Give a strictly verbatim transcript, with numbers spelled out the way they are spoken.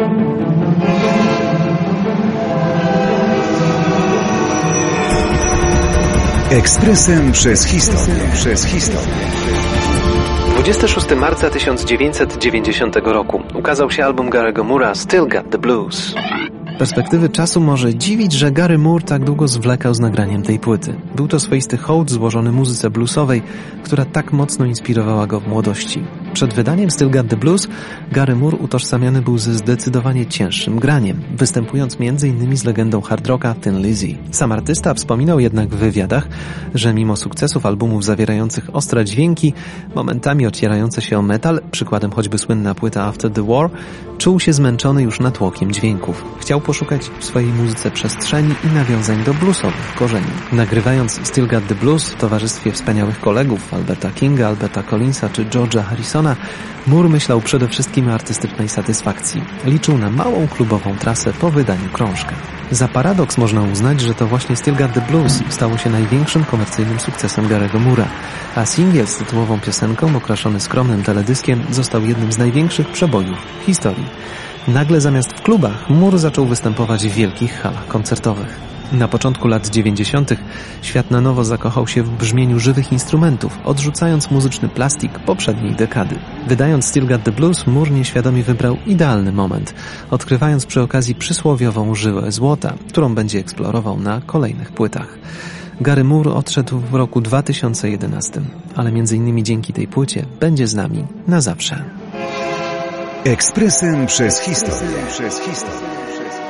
Ekspresem przez historię. Przez historię. dwudziestego szóstego marca tysiąc dziewięćset dziewięćdziesiątego roku ukazał się album Gary'ego Moore'a Still Got the Blues. Z perspektywy czasu może dziwić, że Gary Moore tak długo zwlekał z nagraniem tej płyty. Był to swoisty hołd złożony muzyce bluesowej, która tak mocno inspirowała go w młodości. Przed wydaniem Still Got the Blues Gary Moore utożsamiany był ze zdecydowanie cięższym graniem, występując między innymi z legendą hard rocka Thin Lizzy. Sam artysta wspominał jednak w wywiadach, że mimo sukcesów albumów zawierających ostre dźwięki, momentami ocierające się o metal, przykładem choćby słynna płyta After the War, czuł się zmęczony już natłokiem dźwięków. Chciał poszukać w swojej muzyce przestrzeni i nawiązań do bluesowych korzeni. Nagrywając Still Got the Blues w towarzystwie wspaniałych kolegów Alberta Kinga, Alberta Collinsa czy George'a Harrisona, Moore myślał przede wszystkim o artystycznej satysfakcji. Liczył na małą klubową trasę po wydaniu krążka. Za paradoks można uznać, że to właśnie Still Got the Blues stało się największym komercyjnym sukcesem Gary'ego Moore'a, a singiel z tytułową piosenką, okraszony skromnym teledyskiem, został jednym z największych przebojów w historii. Nagle zamiast w klubach Moore zaczął występować w wielkich halach koncertowych. Na początku lat dziewięćdziesiątych świat na nowo zakochał się w brzmieniu żywych instrumentów, odrzucając muzyczny plastik poprzedniej dekady. Wydając Still Got the Blues, Moore nieświadomie wybrał idealny moment, odkrywając przy okazji przysłowiową żyłę złota, którą będzie eksplorował na kolejnych płytach. Gary Moore odszedł w roku dwa tysiące jedenastym, ale między innymi dzięki tej płycie będzie z nami na zawsze. Ekspresem przez historię. Przez historię.